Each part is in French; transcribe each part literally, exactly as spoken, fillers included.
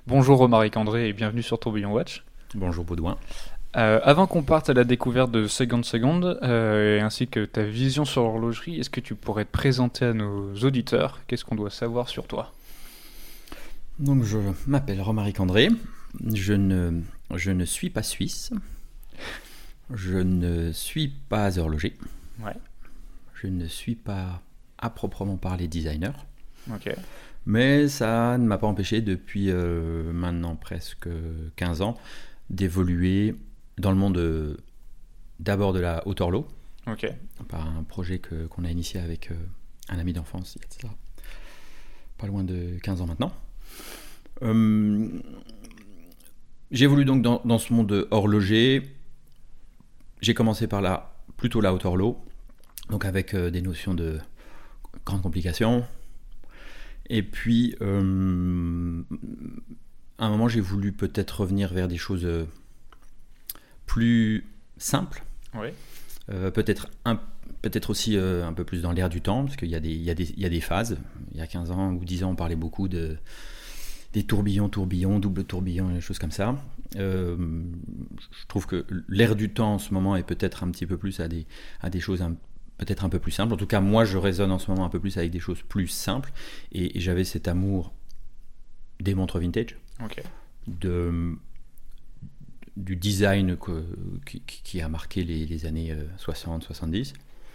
Bonjour Romaric André et bienvenue sur Tourbillon Watch. Bonjour Baudouin. Euh, avant qu'on parte à la découverte de Second Second, euh, ainsi que ta vision sur l'horlogerie, est-ce que tu pourrais te présenter à nos auditeurs? Qu'est-ce qu'on doit savoir sur toi? Donc je m'appelle Romaric André, je ne, je ne suis pas suisse, je ne suis pas horloger, Ouais. je ne suis pas à proprement parler designer, Ok. mais ça ne m'a pas empêché depuis euh, maintenant presque quinze ans d'évoluer dans le monde euh, d'abord de la haute horlo, Ok. par un projet que, qu'on a initié avec euh, un ami d'enfance il y a de ça, pas loin de quinze ans maintenant. Euh, j'évolue donc dans, dans ce monde horloger. J'ai commencé par la, plutôt la haute horlo, donc avec euh, des notions de grandes complications. Et puis, euh, à un moment, j'ai voulu peut-être revenir vers des choses euh, plus simples, Oui. euh, peut-être, un, peut-être aussi euh, un peu plus dans l'air du temps, parce qu'il y a des, il y a des, il y a des phases. Il y a quinze ans ou dix ans, on parlait beaucoup de des tourbillons, tourbillons, double tourbillon, des choses comme ça. Euh, je trouve que l'air du temps en ce moment est peut-être un petit peu plus à des, à des choses un, peut-être un peu plus simples. En tout cas, moi, je résonne en ce moment un peu plus avec des choses plus simples. Et, et j'avais cet amour des montres vintage, Ok. de, du design que, qui, qui a marqué les, les années soixante soixante-dix.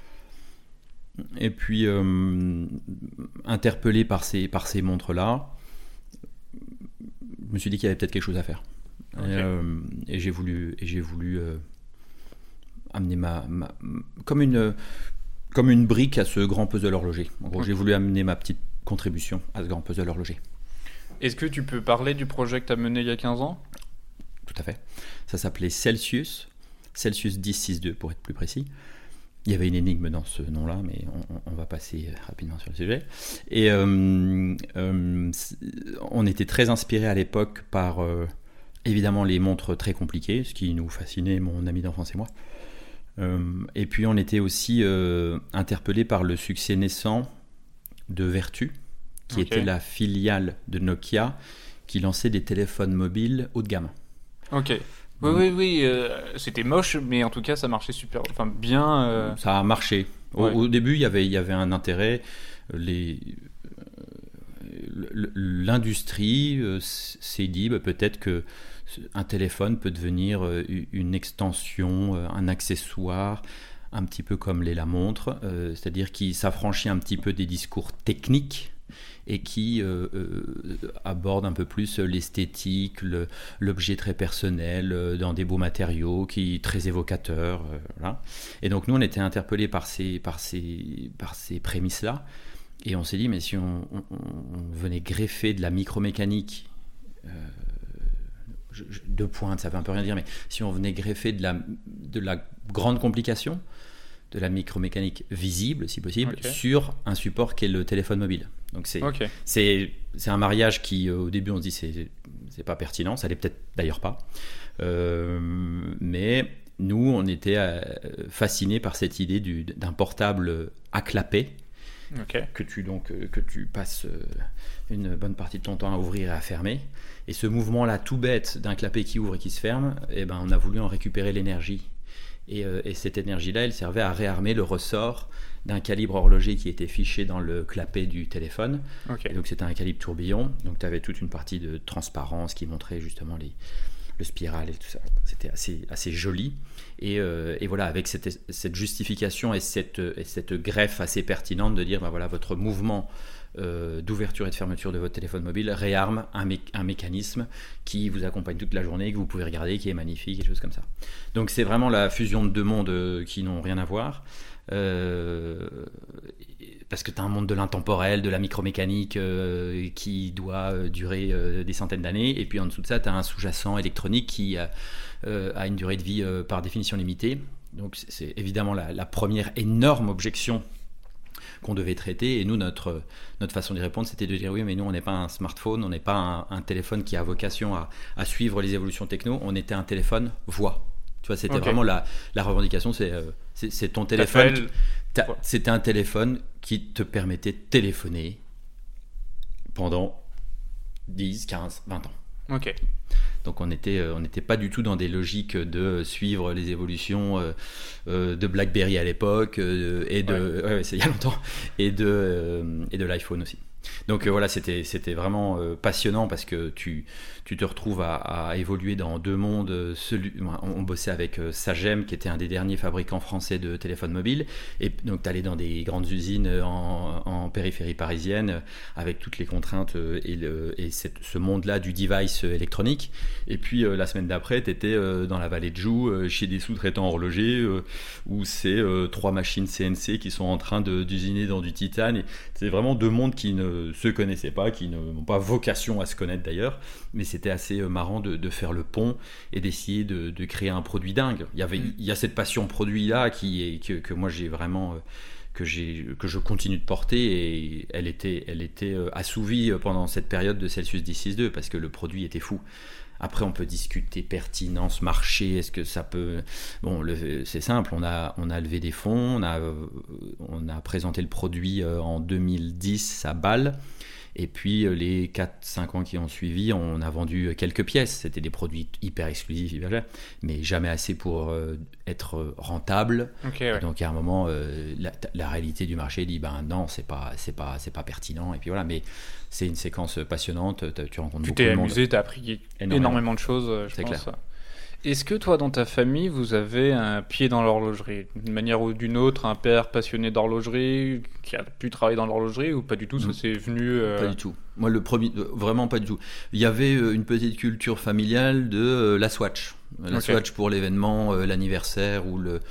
Et puis, euh, interpellé par ces, par ces montres-là, je me suis dit qu'il y avait peut-être quelque chose à faire. Okay. Et, euh, et j'ai voulu, et j'ai voulu euh, amener ma, ma comme une comme une brique à ce grand puzzle horloger. En gros, okay. J'ai voulu amener ma petite contribution à ce grand puzzle horloger. Est-ce que tu peux parler du projet que tu as mené il y a quinze ans? Tout à fait. Ça s'appelait Celsius, Celsius dix soixante-deux pour être plus précis. Il y avait une énigme dans ce nom-là, mais on, on va passer rapidement sur le sujet. Et euh, euh, on était très inspirés à l'époque par, euh, évidemment, les montres très compliquées, ce qui nous fascinait, mon ami d'enfance et moi. Euh, et puis, on était aussi euh, interpellés par le succès naissant de Vertu, qui okay. était la filiale de Nokia, qui lançait des téléphones mobiles haut de gamme. Ok. Oui, oui, oui, euh, c'était moche, mais en tout cas, ça marchait super, enfin bien. Euh... Ça a marché. Au, ouais. au début, il y avait, il y avait un intérêt. Les, euh, l'industrie euh, s'est dit bah, peut-être que un téléphone peut devenir euh, une extension, euh, un accessoire, un petit peu comme l'est la montre, euh, c'est-à-dire qui s'affranchit un petit peu des discours techniques et qui euh, euh, aborde un peu plus l'esthétique, le, l'objet très personnel, euh, dans des beaux matériaux, qui très évocateur. Euh, voilà. Et donc nous, on était interpellés par ces, par ces, par ces prémices-là, et on s'est dit, mais si on, on, on venait greffer de la micromécanique, euh, je, je, deux pointes, ça veut un peu rien dire, mais si on venait greffer de la, de la grande complication, de la micromécanique visible, si possible, okay. sur un support qu'est le téléphone mobile. Donc c'est, okay. c'est, c'est un mariage qui, euh, au début, on se dit c'est, c'est pas pertinent, ça l'est peut-être d'ailleurs pas. Euh, mais nous, on était euh, fascinés par cette idée du, d'un portable à clapet, okay. que, tu, donc, euh, que tu passes euh, une bonne partie de ton temps à ouvrir et à fermer. Et ce mouvement-là, tout bête, d'un clapet qui ouvre et qui se ferme, eh ben, on a voulu en récupérer l'énergie. Et, euh, et cette énergie-là, elle servait à réarmer le ressort d'un calibre horloger qui était fiché dans le clapet du téléphone. Okay. Et donc c'était un calibre tourbillon. Donc tu avais toute une partie de transparence qui montrait justement les, le spiral et tout ça. C'était assez, assez joli. Et, euh, et voilà, avec cette, cette justification et cette, et cette greffe assez pertinente de dire, ben voilà, votre mouvement euh, d'ouverture et de fermeture de votre téléphone mobile réarme un, mé- un mécanisme qui vous accompagne toute la journée, que vous pouvez regarder, qui est magnifique, et des choses comme ça. Donc c'est vraiment la fusion de deux mondes qui n'ont rien à voir. Euh, parce que tu as un monde de l'intemporel, de la micromécanique euh, qui doit euh, durer euh, des centaines d'années, et puis en dessous de ça tu as un sous-jacent électronique qui euh, a une durée de vie euh, par définition limitée. Donc c'est, c'est évidemment la, la première énorme objection qu'on devait traiter, et nous notre, notre façon d'y répondre, c'était de dire oui, mais nous on n'est pas un smartphone, on n'est pas un, un téléphone qui a vocation à, à suivre les évolutions techno, on était un téléphone voix. Tu vois, c'était okay. vraiment la, la revendication, c'est, euh, c'est, c'est ton téléphone. Qui, c'était un téléphone qui te permettait de téléphoner pendant dix, quinze, vingt ans. Ok. Donc on était, euh, on n'était pas du tout dans des logiques de suivre les évolutions euh, euh, de BlackBerry à l'époque euh, et de, ouais. Ouais, ouais, c'est il y a longtemps, et de, euh, et de l'iPhone aussi. Donc euh, voilà, c'était, c'était vraiment euh, passionnant parce que tu, tu te retrouves à, à évoluer dans deux mondes. Celui, on bossait avec euh, Sagem, qui était un des derniers fabricants français de téléphones mobiles. Et donc tu allais dans des grandes usines en, en périphérie parisienne avec toutes les contraintes et, le, et cette, ce monde-là du device électronique. Et puis euh, la semaine d'après, tu étais euh, dans la vallée de Joux, euh, chez des sous-traitants horlogers, euh, où c'est euh, trois machines C N C qui sont en train de, d'usiner dans du titane. Et c'est vraiment deux mondes qui ne se connaissaient pas, qui n'ont pas vocation à se connaître d'ailleurs, mais c'était assez marrant de, de faire le pont et d'essayer de, de créer un produit dingue. Il y avait, il y a cette passion produit là qui est, que, que moi j'ai vraiment, que j'ai, que je continue de porter, et elle était, elle était assouvie pendant cette période de Celsius dix six deux parce que le produit était fou. Après, on peut discuter pertinence, marché, est-ce que ça peut... Bon, le, c'est simple, on a, on a levé des fonds, on a, on a présenté le produit en deux mille dix à Bâle, et puis les quatre cinq ans qui ont suivi, on a vendu quelques pièces. C'était des produits hyper exclusifs, hyper chers, mais jamais assez pour euh, être rentable. Okay, ouais. Donc à un moment, euh, la, la réalité du marché dit, ben non, c'est pas, c'est pas, c'est pas pertinent, et puis voilà, mais... C'est une séquence passionnante, tu rencontres tu beaucoup de monde. Tu t'es amusé, tu as appris énormément, énormément de choses, je c'est pense. Clair. Est-ce que toi, dans ta famille, vous avez un pied dans l'horlogerie ? D'une manière ou d'une autre, un père passionné d'horlogerie, qui a pu travailler dans l'horlogerie, ou pas du tout, ça c'est venu... Euh... Pas du tout. Moi, le premier, vraiment pas du tout. Il y avait une petite culture familiale de euh, la Swatch. La okay. Swatch pour l'événement, euh, l'anniversaire, ou, le,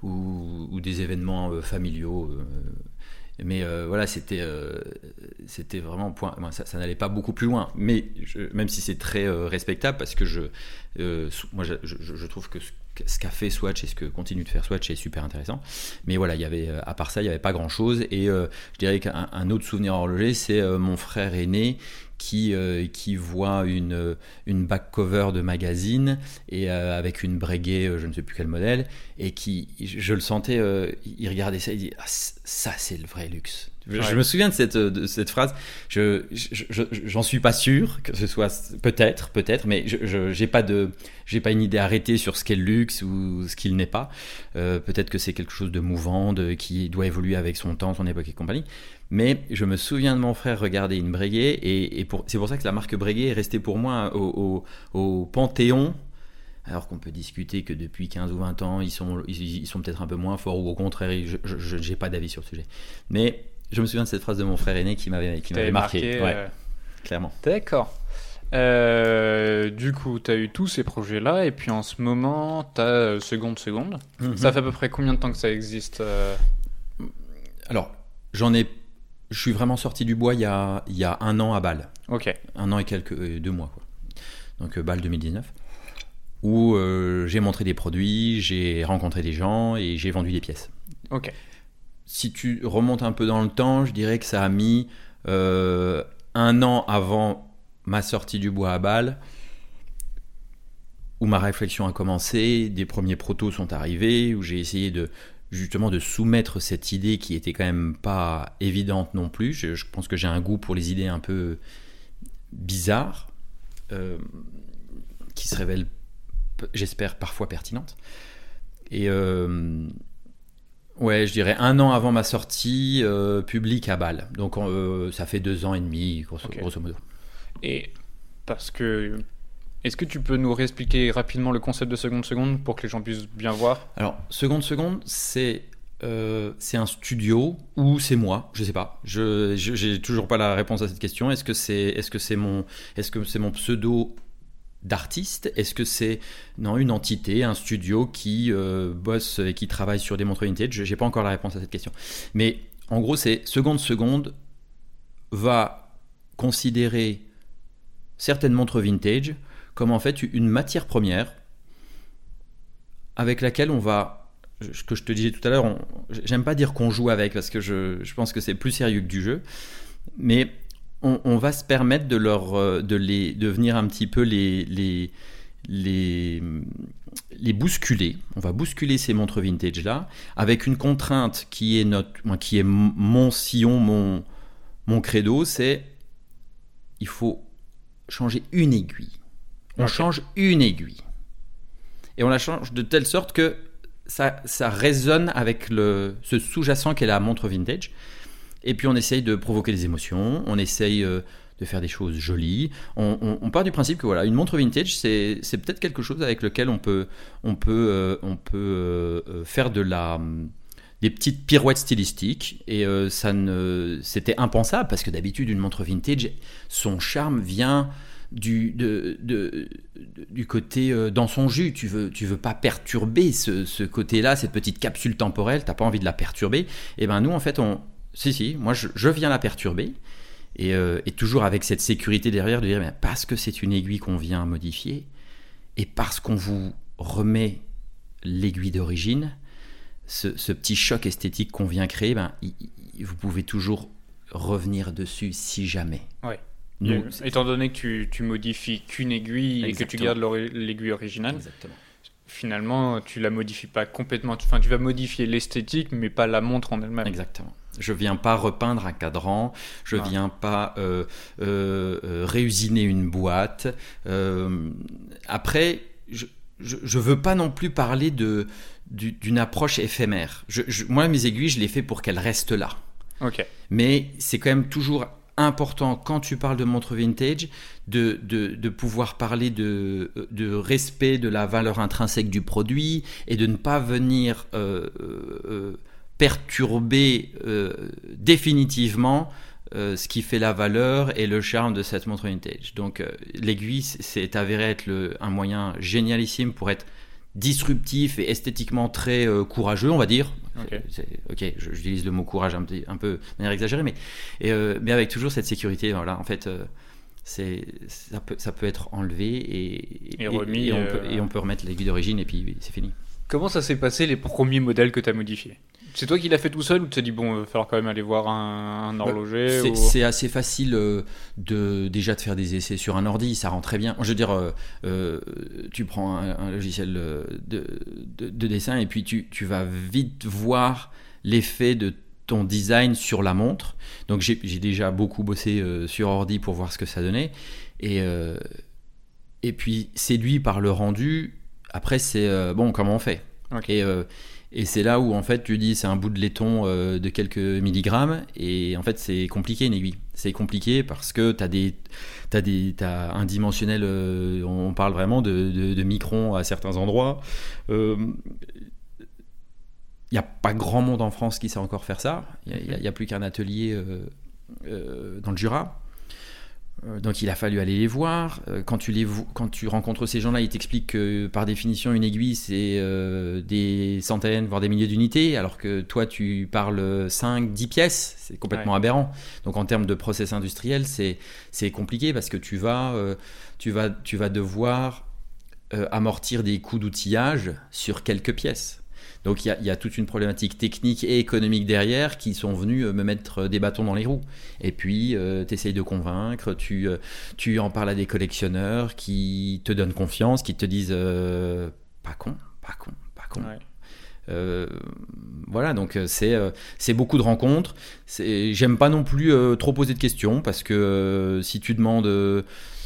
ou, ou des événements euh, familiaux. Euh, Mais euh, voilà, c'était, euh, c'était vraiment point. Moi, ça, ça n'allait pas beaucoup plus loin. Mais je, même si c'est très euh, respectable, parce que je, euh, moi, je, je, je trouve que ce, ce qu'a fait Swatch et ce que continue de faire Swatch est super intéressant. Mais voilà, il y avait, à part ça, il n'y avait pas grand-chose. Et euh, je dirais qu'un un autre souvenir horloger, c'est euh, mon frère aîné qui, euh, qui voit une, une back cover de magazine et euh, avec une Breguet, euh, je ne sais plus quel modèle, et qui, je le sentais, euh, il regardait ça, il dit ah, ça c'est le vrai luxe. Je, ouais. je me souviens de cette, de cette phrase. Je, je, je, j'en suis pas sûr que ce soit peut-être, peut-être, mais je, je j'ai pas de, j'ai pas une idée arrêtée sur ce qu'est le luxe ou ce qu'il n'est pas. Euh, peut-être que c'est quelque chose de mouvant, de, qui doit évoluer avec son temps, son époque et compagnie. Mais je me souviens de mon frère regarder une Breguet, et, et pour, c'est pour ça que la marque Breguet est restée pour moi au, au, au panthéon. Alors qu'on peut discuter que depuis quinze ou vingt ans, ils sont, ils, ils sont peut-être un peu moins forts, ou au contraire, je n'ai pas d'avis sur le sujet. Mais je me souviens de cette phrase de mon frère aîné qui m'avait, qui m'avait marqué. marqué ouais, euh... clairement. D'accord. Euh, du coup, tu as eu tous ces projets-là, et puis en ce moment, tu as Seconde Seconde. Mm-hmm. Ça fait à peu près combien de temps que ça existe euh... Alors, j'en ai... Je suis vraiment sorti du bois il y a, il y a un an à Bâle. Ok. Un an et quelques... Euh, deux mois, quoi. Donc, euh, Bâle deux mille dix-neuf. Où euh, j'ai montré des produits, j'ai rencontré des gens et j'ai vendu des pièces. Ok. Si tu remontes un peu dans le temps, je dirais que ça a mis euh, un an avant ma sortie du bois à Bâle, où ma réflexion a commencé, des premiers protos sont arrivés, où j'ai essayé de justement de soumettre cette idée qui était quand même pas évidente non plus. Je, je pense que j'ai un goût pour les idées un peu bizarres, euh, qui se révèlent, j'espère, parfois pertinentes. Et euh, ouais, je dirais un an avant ma sortie euh, publique à Bâle. Donc euh, ça fait deux ans et demi, grosso, okay. grosso modo. Et parce que... Est-ce que tu peux nous réexpliquer rapidement le concept de Seconde Seconde pour que les gens puissent bien voir ? Alors, Seconde Seconde, c'est, euh, c'est un studio ou c'est moi, je ne sais pas. Je je, j'ai toujours pas la réponse à cette question. Est-ce que c'est, est-ce que c'est mon, est-ce que c'est mon pseudo d'artiste ? Est-ce que c'est non, une entité, un studio qui euh, bosse et qui travaille sur des montres vintage ? Je n'ai pas encore la réponse à cette question. Mais en gros, c'est Seconde Seconde va considérer certaines montres vintage comme en fait une matière première avec laquelle on va, ce que je te disais tout à l'heure, on, j'aime pas dire qu'on joue avec parce que je, je pense que c'est plus sérieux que du jeu, mais on, on va se permettre de, leur, de, les, de venir un petit peu les, les, les, les bousculer. On va bousculer ces montres vintage là avec une contrainte qui est, notre, qui est mon sillon, mon, mon credo, c'est il faut changer une aiguille. On Okay. change une aiguille. Et on la change de telle sorte que ça, ça résonne avec le, ce sous-jacent qu'est la montre vintage. Et puis on essaye de provoquer des émotions, on essaye euh, de faire des choses jolies. On, on- on part du principe que voilà, une montre vintage, c'est, c'est peut-être quelque chose avec lequel on peut, on peut, euh, on peut euh, euh, faire de la, des petites pirouettes stylistiques. Et euh, ça ne, c'était impensable parce que d'habitude, une montre vintage, son charme vient du, de, de- de- du côté euh, dans son jus. Tu veux, tu veux pas perturber ce, ce côté-là, cette petite capsule temporelle, t'as pas envie de la perturber. Et ben nous, en fait, on, si, si, moi je, je viens la perturber. Et, euh, et toujours avec cette sécurité derrière de dire mais parce que c'est une aiguille qu'on vient modifier et parce qu'on vous remet l'aiguille d'origine, ce, ce petit choc esthétique qu'on vient créer, ben, il- il- vous pouvez toujours revenir dessus si jamais. Ouais. Nous, Euh, Étant donné que tu, tu modifies qu'une aiguille et que tu Exactement. gardes l'ori- l'aiguille originale, Exactement. finalement, tu la modifies pas complètement. Enfin, tu vas modifier l'esthétique, mais pas la montre en elle-même. Exactement. Je viens pas repeindre un cadran, je Ouais. viens pas euh, euh, euh, réusiner une boîte. Euh, après, je, je, je veux pas non plus parler de, du- d'une approche éphémère. Je, je- moi, mes aiguilles, je les fais pour qu'elles restent là. Ok. Mais c'est quand même toujours important quand tu parles de montre vintage de, de, de pouvoir parler de, de respect de la valeur intrinsèque du produit et de ne pas venir euh, euh, perturber euh, définitivement euh, ce qui fait la valeur et le charme de cette montre vintage. Donc euh, l'aiguille c'est avéré être le, un moyen génialissime pour être disruptif et esthétiquement très euh, courageux, on va dire. Ok. C'est- c'est- ok, je- j'utilise le mot courage un, petit- un peu de manière exagérée, mais, et, euh, mais avec toujours cette sécurité. Voilà, en fait, euh, c'est, ça, peut, ça peut être enlevé et, Et remis, et on, peut, euh, et on peut remettre l'aiguille d'origine et puis c'est fini. Comment ça s'est passé les premiers modèles que tu as modifiés? C'est toi qui l'as fait tout seul ou tu t'es dit, bon, il va falloir quand même aller voir un, un horloger C'est, ou... c'est assez facile euh, de, déjà de faire des essais sur un ordi, ça rend très bien. Je veux dire, euh, euh, tu prends un, un logiciel euh, de, de, de dessin et puis tu, tu vas vite voir l'effet de ton design sur la montre. Donc j'ai, j'ai déjà beaucoup bossé euh, sur ordi pour voir ce que ça donnait. Et, euh, et puis séduit par le rendu, après c'est, euh, bon, comment on fait? Ok. Et, euh, et c'est là où en fait tu dis c'est un bout de laiton euh, de quelques milligrammes et en fait c'est compliqué une aiguille. C'est compliqué parce que tu as des, t'as des, t'as un dimensionnel, euh, on parle vraiment de, de, de microns à certains endroits. Il euh, n'y a pas grand monde en France qui sait encore faire ça. Il n'y a, a, a plus qu'un atelier euh, euh, dans le Jura. Donc il a fallu aller les voir. Quand tu, les, quand tu rencontres ces gens-là, ils t'expliquent que par définition une aiguille c'est euh, des centaines voire des milliers d'unités, alors que toi tu parles cinq dix pièces, c'est complètement ouais. aberrant. Donc en termes de process industriel, c'est, c'est compliqué parce que tu vas, euh, tu vas, tu vas devoir euh, amortir des coûts d'outillage sur quelques pièces. Donc il y, y a toute une problématique technique et économique derrière qui sont venus me mettre des bâtons dans les roues. Et puis euh, tu essayes de convaincre, tu, euh, tu en parles à des collectionneurs qui te donnent confiance, qui te disent euh, pas con, pas con, pas con. Ouais. Euh, voilà, donc c'est, euh, c'est beaucoup de rencontres. C'est, j'aime pas non plus euh, trop poser de questions parce que euh, si tu demandes... Euh,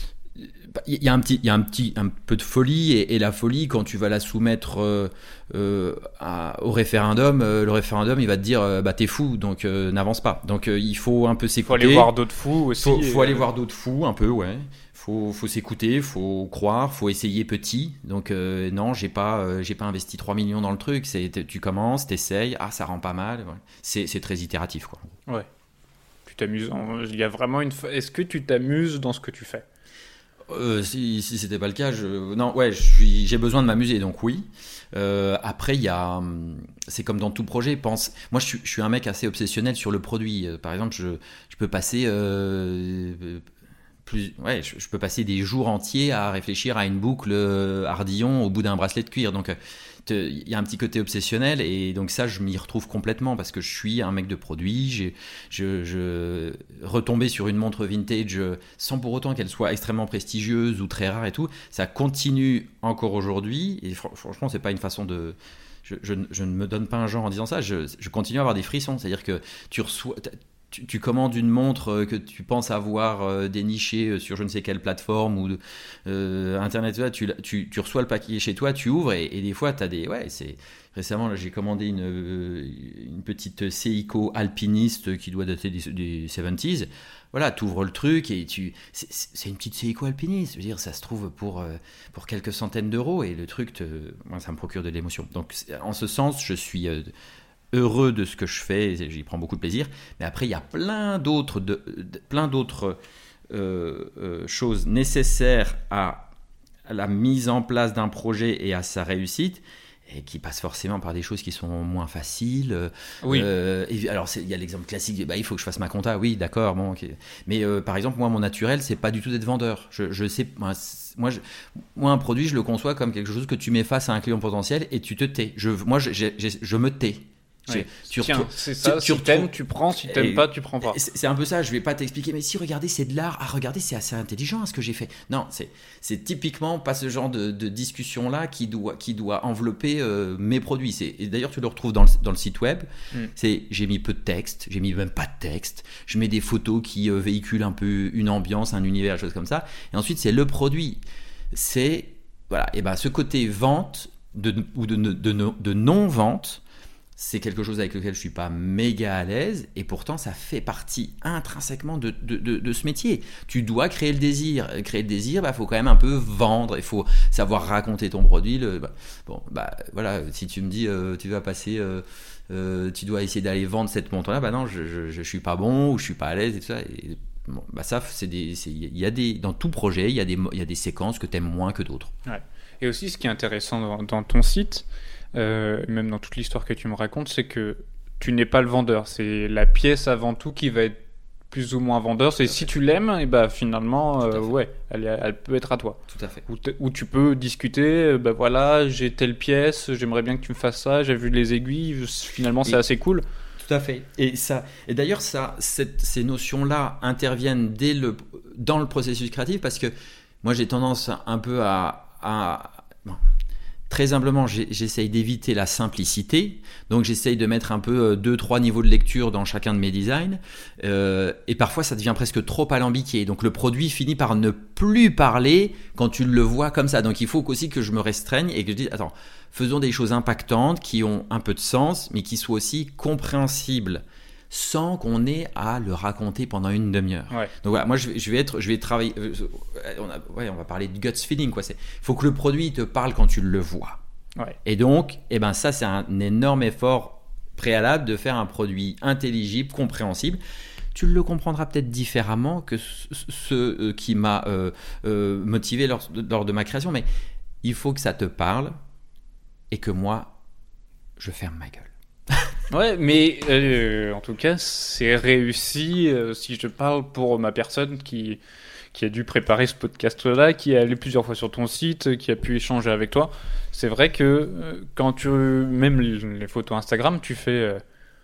il y a un petit, il y a un petit, un peu de folie et, et la folie quand tu vas la soumettre euh, euh, à, au référendum, euh, le référendum il va te dire euh, bah t'es fou donc euh, n'avance pas. Donc euh, il faut un peu s'écouter. Il faut aller voir d'autres fous aussi. Faut, faut euh... aller voir d'autres fous un peu ouais. Faut, faut s'écouter, faut croire, faut essayer petit. Donc euh, non j'ai pas, euh, j'ai pas investi trois millions dans le truc. C'est tu commences, t'essayes, ah ça rend pas mal. Ouais. C'est, c'est très itératif quoi. Ouais. Tu t'amuses. Il y a vraiment une. Est-ce que tu t'amuses dans ce que tu fais? Euh, si, si c'était pas le cas, je... non, ouais, je suis, j'ai besoin de m'amuser, donc oui. Euh, après, il y a, c'est comme dans tout projet. Pense, moi, je suis, je suis un mec assez obsessionnel sur le produit. Par exemple, je, je peux passer euh, plus, ouais, je, je peux passer des jours entiers à réfléchir à une boucle Ardillon au bout d'un bracelet de cuir. Donc, il y a un petit côté obsessionnel et donc ça je m'y retrouve complètement parce que je suis un mec de produit. J'ai, je, je retombais sur une montre vintage sans pour autant qu'elle soit extrêmement prestigieuse ou très rare et tout, ça continue encore aujourd'hui et fr- franchement c'est pas une façon de je, je, je ne me donne pas un genre en disant ça, je, je continue à avoir des frissons, c'est à dire que tu reçois tu, tu commandes une montre que tu penses avoir euh, dénichée sur je ne sais quelle plateforme ou euh, internet, tu, tu, tu reçois le paquet chez toi, tu ouvres et, et des fois tu as des ouais c'est récemment là, j'ai commandé une une petite Seiko alpiniste qui doit dater des, des soixante-dix. Voilà, tu ouvres le truc et tu c'est, c'est une petite Seiko alpiniste, je veux dire ça se trouve pour euh, pour quelques centaines d'euros et le truc te, moi ça me procure de l'émotion. Donc en ce sens, je suis euh, heureux de ce que je fais, j'y prends beaucoup de plaisir. Mais après, il y a plein d'autres, de, de, plein d'autres euh, euh, choses nécessaires à, à la mise en place d'un projet et à sa réussite, et qui passent forcément par des choses qui sont moins faciles. Oui. Euh, et alors, il y a l'exemple classique, bah, il faut que je fasse ma compta, oui, d'accord. Bon, okay. Mais euh, par exemple, moi, mon naturel, c'est pas du tout d'être vendeur. Je, je sais, moi, moi, je, moi, un produit, je le conçois comme quelque chose que tu mets face à un client potentiel et tu te tais. Je, moi, je, je, je, je me tais. Ouais. Tu Tiens, retournes, c'est ça, tu, si t'aimes, tu prends, si t'aimes et, pas, tu prends pas. C'est, c'est un peu ça, je vais pas t'expliquer, mais si, regardez, c'est de l'art, ah, regardez, c'est assez intelligent ce que j'ai fait. Non, c'est, c'est typiquement pas ce genre de, de discussion-là qui doit, qui doit envelopper euh, mes produits. C'est, et d'ailleurs, tu le retrouves dans le, dans le site web, mm. c'est, j'ai mis peu de texte, j'ai mis même pas de texte, je mets des photos qui euh, véhiculent un peu une ambiance, un univers, des choses comme ça, et ensuite, c'est le produit. C'est, voilà, et ben ce côté vente de, ou de, de, de, de non-vente, c'est quelque chose avec lequel je ne suis pas méga à l'aise et pourtant ça fait partie intrinsèquement de, de, de, de ce métier. Tu dois créer le désir. Créer le désir, il bah, faut quand même un peu vendre, il faut savoir raconter ton produit. Le, bah, bon, bah, voilà, si tu me dis euh, tu vas passer, euh, euh, tu dois essayer d'aller vendre cette montre-là, bah non, je ne suis pas bon ou je ne suis pas à l'aise et tout ça. Et, bon, bah ça, c'est des, c'est, y a des, dans tout projet, il y, a des, y a des séquences que tu aimes moins que d'autres. Ouais. Et aussi, ce qui est intéressant dans, dans ton site, Euh, même dans toute l'histoire que tu me racontes, c'est que tu n'es pas le vendeur, c'est la pièce avant tout qui va être plus ou moins vendeur. C'est si tu l'aimes, et bah finalement, euh, ouais, elle, elle peut être à toi. Tout à fait. Ou, ou tu peux discuter, bah voilà, j'ai telle pièce, j'aimerais bien que tu me fasses ça, j'ai vu les aiguilles, finalement c'est et, assez cool. Tout à fait. Et ça, et d'ailleurs ça, cette, ces notions-là interviennent dès le, dans le processus créatif parce que moi j'ai tendance un peu à, à bon, très humblement, j'essaye d'éviter la simplicité. Donc, j'essaye de mettre un peu deux, trois niveaux de lecture dans chacun de mes designs. Euh, et parfois, ça devient presque trop alambiqué. Donc, le produit finit par ne plus parler quand tu le vois comme ça. Donc, il faut aussi que je me restreigne et que je dise, attends, faisons des choses impactantes qui ont un peu de sens, mais qui soient aussi compréhensibles, sans qu'on ait à le raconter pendant une demi-heure. Ouais. Donc voilà, moi je vais, je vais être, je vais travailler. Euh, on a, ouais, on va parler de guts feeling quoi. C'est, faut que le produit te parle quand tu le vois. Ouais. Et donc, eh ben ça c'est un énorme effort préalable de faire un produit intelligible, compréhensible. Tu le comprendras peut-être différemment que ce, ce qui m'a euh, euh, motivé lors, lors de ma création, mais il faut que ça te parle et que moi je ferme ma gueule. Ouais, mais euh, en tout cas, c'est réussi euh, si je parle pour ma personne qui, qui a dû préparer ce podcast-là, qui est allé plusieurs fois sur ton site, qui a pu échanger avec toi. C'est vrai que euh, quand tu... Même les, les photos Instagram, tu fais... Euh,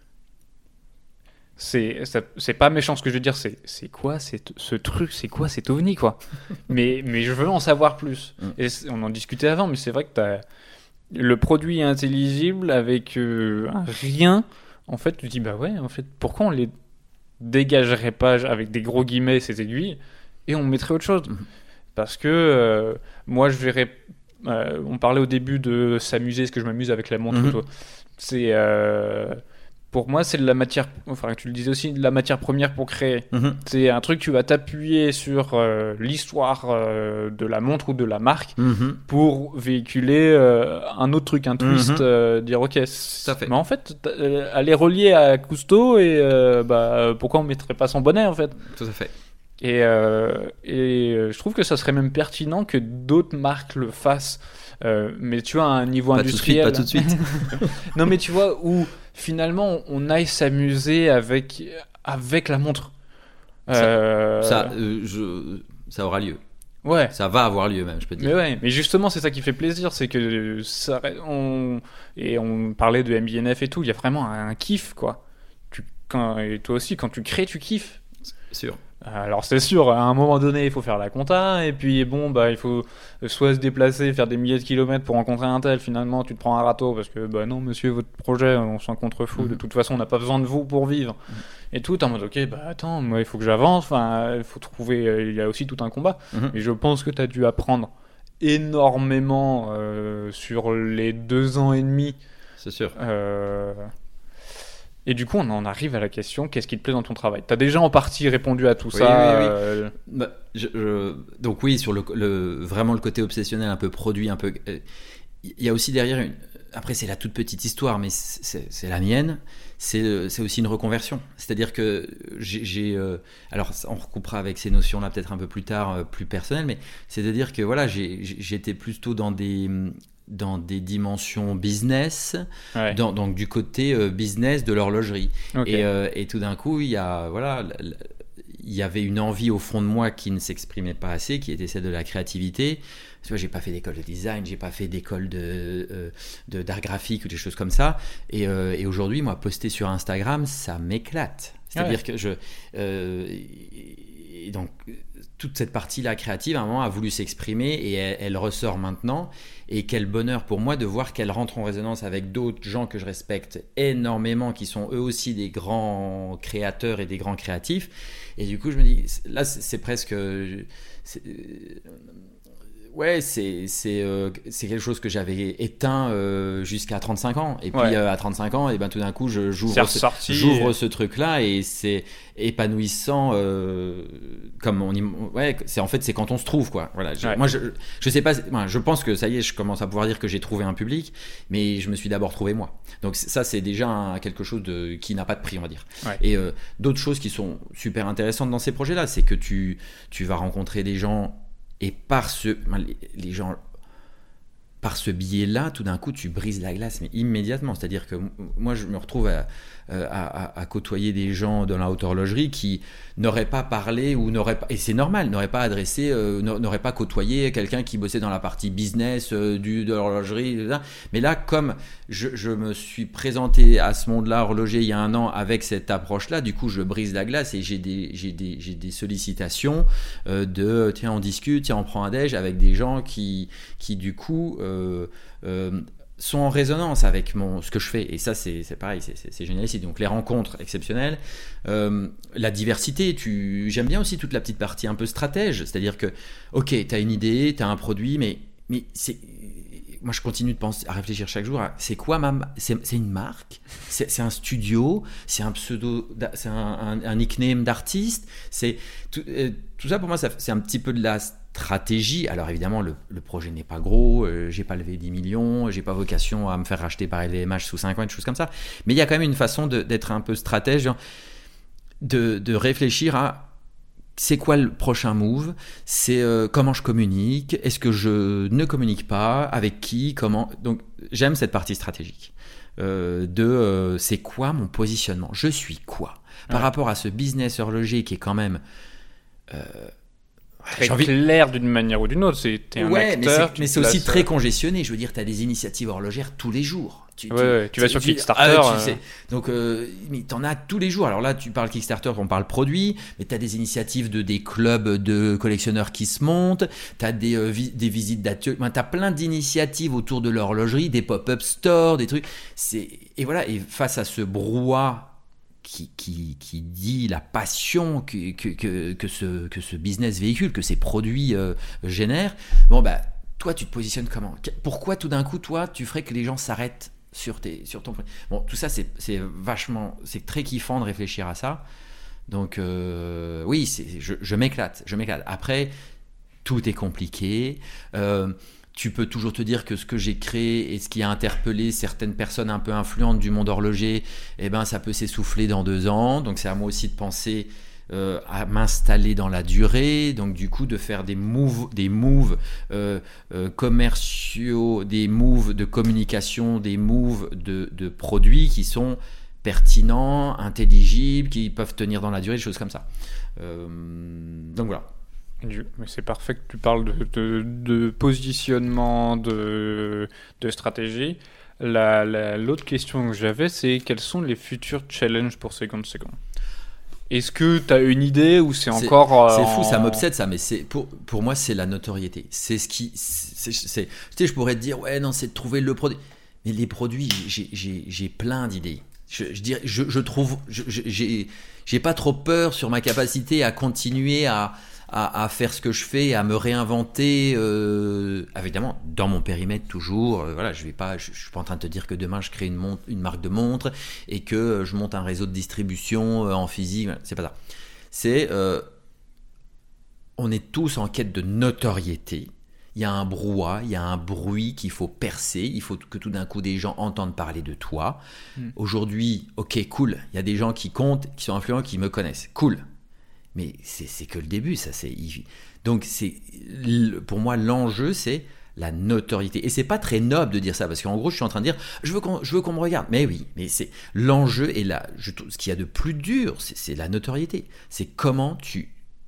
c'est, ça, c'est pas méchant ce que je veux dire, c'est, c'est quoi c'est, ce truc, c'est quoi cet ovni, quoi. mais, mais je veux en savoir plus. Mm. Et on en discutait avant, mais c'est vrai que t'as... Le produit est intelligible avec euh, un rien. En fait, tu te dis, bah ouais, en fait, pourquoi on les dégagerait pas avec des gros guillemets, ces aiguilles, et on mettrait autre chose ? Mmh. Parce que euh, moi, je verrais. Euh, on parlait au début de s'amuser, est-ce que je m'amuse avec la montre mmh. photo ? C'est. Euh, pour moi, c'est de la matière. Enfin, tu le disais aussi, de la matière première pour créer. Mmh. C'est un truc, tu vas t'appuyer sur euh, l'histoire euh, de la montre ou de la marque mmh. pour véhiculer euh, un autre truc, un twist, mmh. euh, dire ok, ça fait. Mais en fait, euh, elle est reliée à Cousteau et euh, bah, pourquoi on mettrait pas son bonnet en fait ? Tout à fait. Et, euh, et euh, je trouve que ça serait même pertinent que d'autres marques le fassent. Euh, mais tu vois, à un niveau pas industriel. Tout de suite, pas tout de suite. Non, mais tu vois, où finalement on aille s'amuser avec, avec la montre. Ça, euh... ça, euh, je, ça aura lieu. Ouais. Ça va avoir lieu même, je peux te dire. Mais ouais, mais justement, c'est ça qui fait plaisir, c'est que ça, on, et on parlait de M B N F et tout, il y a vraiment un kiff, quoi. Tu, quand, et toi aussi, quand tu crées, tu kiffes. Sûr. Alors c'est sûr, à un moment donné, il faut faire la compta, et puis bon, bah il faut soit se déplacer, faire des milliers de kilomètres pour rencontrer un tel. Finalement, tu te prends un râteau parce que bah non, monsieur, votre projet, on s'en contrefout. Mm-hmm. De toute façon, on n'a pas besoin de vous pour vivre. Mm-hmm. Et tout, t'es en mode ok, bah attends, moi il faut que j'avance. Enfin, il faut trouver. Euh, il y a aussi tout un combat. Mm-hmm. Et je pense que t'as dû apprendre énormément euh, sur les deux ans et demi. C'est sûr. Euh... Et du coup, on en arrive à la question, qu'est-ce qui te plaît dans ton travail ? Tu as déjà en partie répondu à tout oui, ça. Oui, oui. Euh... Bah, je, je... Donc oui, sur le, le, vraiment le côté obsessionnel, un peu produit, un peu... Il euh, y a aussi derrière une... Après, c'est la toute petite histoire, mais c'est, c'est la mienne. C'est, c'est aussi une reconversion. C'est-à-dire que j'ai... j'ai euh... Alors, on recoupera avec ces notions-là peut-être un peu plus tard, euh, plus personnelles, mais c'est-à-dire que voilà, j'ai, j'étais plutôt dans des... dans des dimensions business, ouais. dans, donc du côté euh, business de l'horlogerie. Okay. Et, euh, et tout d'un coup, il y a, voilà, il y avait une envie au fond de moi qui ne s'exprimait pas assez, qui était celle de la créativité. Tu vois, j'ai pas fait d'école de design, j'ai pas fait d'école de, euh, de d'art graphique ou des choses comme ça. Et, euh, et aujourd'hui, moi, poster sur Instagram, ça m'éclate. C'est-à-dire ouais. que je euh, et donc toute cette partie-là créative, à un moment, a voulu s'exprimer et elle, elle ressort maintenant. Et quel bonheur pour moi de voir qu'elle rentre en résonance avec d'autres gens que je respecte énormément, qui sont eux aussi des grands créateurs et des grands créatifs. Et du coup, je me dis, là, c'est, c'est presque... C'est, ouais, c'est, c'est, euh, c'est quelque chose que j'avais éteint euh, jusqu'à trente-cinq ans. Et puis ouais. euh, à trente-cinq ans, et ben, tout d'un coup, je, j'ouvre, ce, j'ouvre et... ce truc-là et c'est épanouissant. Euh, comme on y, ouais, c'est, en fait, c'est quand on se trouve, quoi. Voilà, je, ouais. Moi, je, je sais pas, moi, je pense que ça y est, je commence à pouvoir dire que j'ai trouvé un public, mais je me suis d'abord trouvé moi. Donc ça, c'est déjà un, quelque chose de, qui n'a pas de prix, on va dire. Ouais. Et euh, d'autres choses qui sont super intéressantes dans ces projets-là, c'est que tu, tu vas rencontrer des gens. Et par ce, les gens, par ce biais-là, tout d'un coup, tu brises la glace, mais immédiatement. C'est-à-dire que moi, je me retrouve à, à, à, à côtoyer des gens dans la haute horlogerie qui n'auraient pas parlé ou n'auraient pas, et c'est normal, n'auraient pas adressé, euh, n'auraient pas côtoyé quelqu'un qui bossait dans la partie business euh, du, de l'horlogerie. Mais là, comme je, je me suis présenté à ce monde-là horloger il y a un an avec cette approche-là, du coup, je brise la glace et j'ai des, j'ai des, j'ai des sollicitations euh, de tiens, on discute, tiens, on prend un déj avec des gens qui, qui du coup, euh, euh, sont en résonance avec mon, ce que je fais. Et ça, c'est, c'est pareil, c'est, c'est, c'est génial ici. Donc, les rencontres exceptionnelles. Euh, la diversité, tu... j'aime bien aussi toute la petite partie un peu stratège. C'est-à-dire que, ok, tu as une idée, tu as un produit, mais, mais c'est... moi, je continue de penser, à réfléchir chaque jour à c'est quoi ma... C'est, c'est une marque, c'est, c'est un studio, c'est un pseudo, c'est un, un, un nickname d'artiste. C'est tout, euh, tout ça, pour moi, ça, c'est un petit peu de la stratégie. Alors évidemment, le, le projet n'est pas gros, euh, j'ai pas levé dix millions, j'ai pas vocation à me faire racheter par L V M H sous cinq ans, des choses comme ça. Mais il y a quand même une façon de, d'être un peu stratège, de, de réfléchir à c'est quoi le prochain move, c'est euh, comment je communique, est-ce que je ne communique pas, avec qui, comment. Donc j'aime cette partie stratégique euh, de euh, c'est quoi mon positionnement, je suis quoi par ouais. rapport à ce business horloger qui est quand même euh, très envie... clair d'une manière ou d'une autre. C'est, t'es un ouais, acteur, mais c'est, mais c'est aussi très congestionné. Je veux dire, tu as des initiatives horlogères tous les jours. Tu, ouais, tu, ouais, tu vas sur tu, Kickstarter. Ah, tu sais. Donc, euh, mais t'en as tous les jours. Alors là, tu parles Kickstarter, on parle produit, mais tu as des initiatives de des clubs de collectionneurs qui se montent. Tu as des, euh, vi- des visites d'ateliers. Enfin, tu as plein d'initiatives autour de l'horlogerie, des pop-up stores, des trucs. C'est... Et voilà. Et face à ce brouhaha Qui, qui, qui dit la passion que, que, que, que, ce, que ce business véhicule, que ces produits euh, génèrent, bon bah toi tu te positionnes comment ? Pourquoi tout d'un coup toi tu ferais que les gens s'arrêtent sur, tes, sur ton... Bon, tout ça c'est, c'est vachement, c'est très kiffant de réfléchir à ça. Donc euh, oui, c'est, je, je m'éclate, je m'éclate. Après, tout est compliqué. Euh, Tu peux toujours te dire que ce que j'ai créé et ce qui a interpellé certaines personnes un peu influentes du monde horloger, eh ben, ça peut s'essouffler dans deux ans. Donc, c'est à moi aussi de penser euh, à m'installer dans la durée. Donc, du coup, de faire des moves, des moves euh, euh, commerciaux, des moves de communication, des moves de, de produits qui sont pertinents, intelligibles, qui peuvent tenir dans la durée, des choses comme ça. Euh, donc, voilà. Mais c'est parfait que tu parles de, de, de positionnement, de, de stratégie. La, la, l'autre question que j'avais, c'est quels sont les futurs challenges pour Second Second ? Est-ce que tu as une idée ou c'est encore... C'est, euh, c'est fou, en... ça m'obsède ça, mais c'est, pour, pour moi c'est la notoriété. C'est ce qui... C'est, c'est, tu sais, je pourrais te dire, ouais non, c'est de trouver le produit. Mais les produits, j'ai, j'ai, j'ai plein d'idées. Je, je, dirais, je, je trouve... Je, je, j'ai, j'ai pas trop peur sur ma capacité à continuer à... À, à faire ce que je fais, à me réinventer, euh, évidemment dans mon périmètre toujours. Euh, voilà, je vais pas, je, je suis pas en train de te dire que demain je crée une, montre, une marque de montre et que je monte un réseau de distribution euh, en physique. C'est pas ça. C'est, euh, on est tous en quête de notoriété. Il y a un brouhaha, il y a un bruit qu'il faut percer. Il faut que tout d'un coup des gens entendent parler de toi. Mm. Aujourd'hui, ok, cool. Il y a des gens qui comptent, qui sont influents, qui me connaissent. Cool. Mais c'est, c'est que le début, ça. C'est... Donc, c'est, pour moi, l'enjeu, c'est la notoriété. Et c'est pas très noble de dire ça, parce qu'en gros, je suis en train de dire, je veux qu'on, je veux qu'on me regarde. Mais oui, mais c'est l'enjeu est là. Je, ce qu'il y a de plus dur, c'est, c'est la notoriété. C'est comment tu,